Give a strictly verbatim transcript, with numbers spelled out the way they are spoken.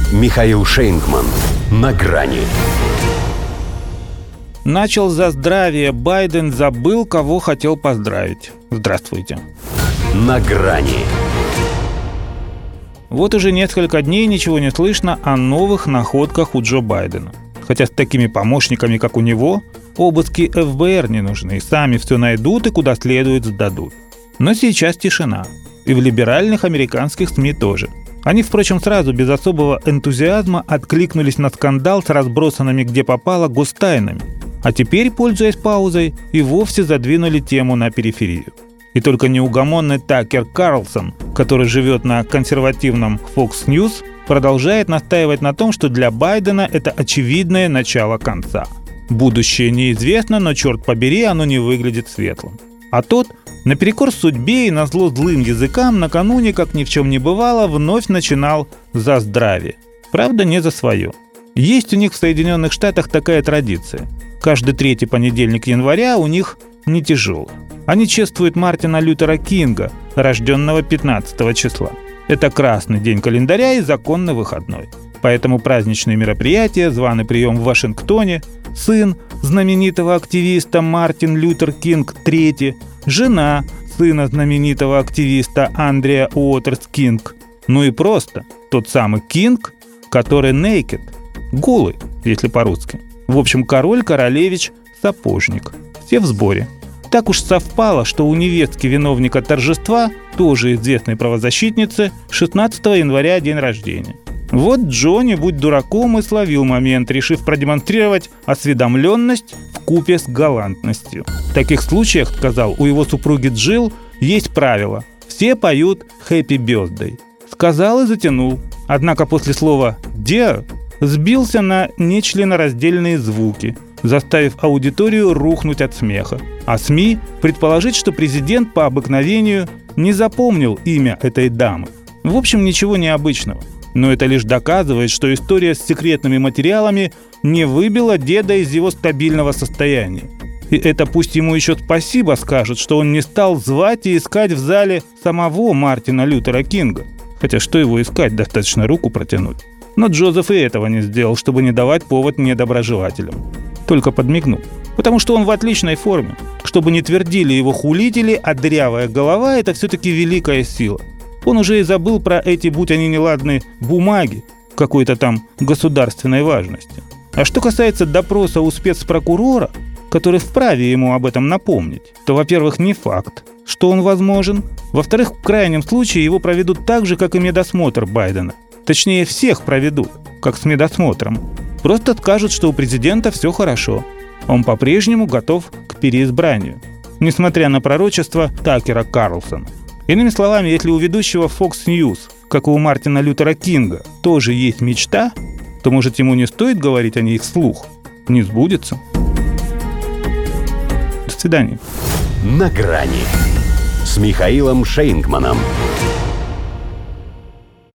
Михаил Шейнгман. На грани. Начал за здравие. Байден забыл, кого хотел поздравить. Здравствуйте. На грани. Вот уже несколько дней ничего не слышно о новых находках у Джо Байдена. Хотя с такими помощниками, как у него, обыски эф бэ эр не нужны. Сами все найдут и куда следует сдадут. Но сейчас тишина. И в либеральных американских СМИ тоже. Они, впрочем, сразу, без особого энтузиазма, откликнулись на скандал с разбросанными где попало гостайнами. А теперь, пользуясь паузой, и вовсе задвинули тему на периферию. И только неугомонный Такер Карлсон, который живет на консервативном Fox News, продолжает настаивать на том, что для Байдена это очевидное начало конца. Будущее неизвестно, но, черт побери, оно не выглядит светлым. А тот, наперекор судьбе и назло злым языкам, накануне, как ни в чем не бывало, вновь начинал за здравие. Правда, не за свое. Есть у них в Соединенных Штатах такая традиция. Каждый третий понедельник января у них не тяжелый. Они чествуют Мартина Лютера Кинга, рожденного пятнадцатого числа. Это красный день календаря и законный выходной. Поэтому праздничные мероприятия, званый прием в Вашингтоне, сын знаменитого активиста Мартин Лютер Кинг третий, жена сына знаменитого активиста Андреа Уотерс Кинг, ну и просто тот самый Кинг, который naked, голый, если по-русски. В общем, король, королевич, сапожник. Все в сборе. Так уж совпало, что у невестки виновника торжества, тоже известной правозащитницы, шестнадцатого января день рождения. Вот Джо, не будь дураком, и словил момент, решив продемонстрировать осведомленность вкупе с галантностью. В таких случаях, сказал, у его супруги Джилл есть правило. Все поют «Happy Birthday». Сказал и затянул. Однако после слова «dear» сбился на нечленораздельные звуки, заставив аудиторию рухнуть от смеха. А СМИ предположить, что президент по обыкновению не запомнил имя этой дамы. В общем, ничего необычного. Но это лишь доказывает, что история с секретными материалами не выбила деда из его стабильного состояния. И это пусть ему еще спасибо скажут, что он не стал звать и искать в зале самого Мартина Лютера Кинга. Хотя что его искать, достаточно руку протянуть. Но Джозеф и этого не сделал, чтобы не давать повод недоброжелателям. Только подмигнул. Потому что он в отличной форме. Чтобы не твердили его хулители, а дырявая голова – это все-таки великая сила. Он уже и забыл про эти, будь они неладны, бумаги какой-то там государственной важности. А что касается допроса у спецпрокурора, который вправе ему об этом напомнить, то, во-первых, не факт, что он возможен. Во-вторых, в крайнем случае его проведут так же, как и медосмотр Байдена. Точнее, всех проведут, как с медосмотром. Просто скажут, что у президента все хорошо. Он по-прежнему готов к переизбранию. Несмотря на пророчество Такера Карлсона. Иными словами, если у ведущего Fox News, как и у Мартина Лютера Кинга, тоже есть мечта, то, может, ему не стоит говорить о ней вслух? Не сбудется. До свидания. На грани с Михаилом Шейнгманом.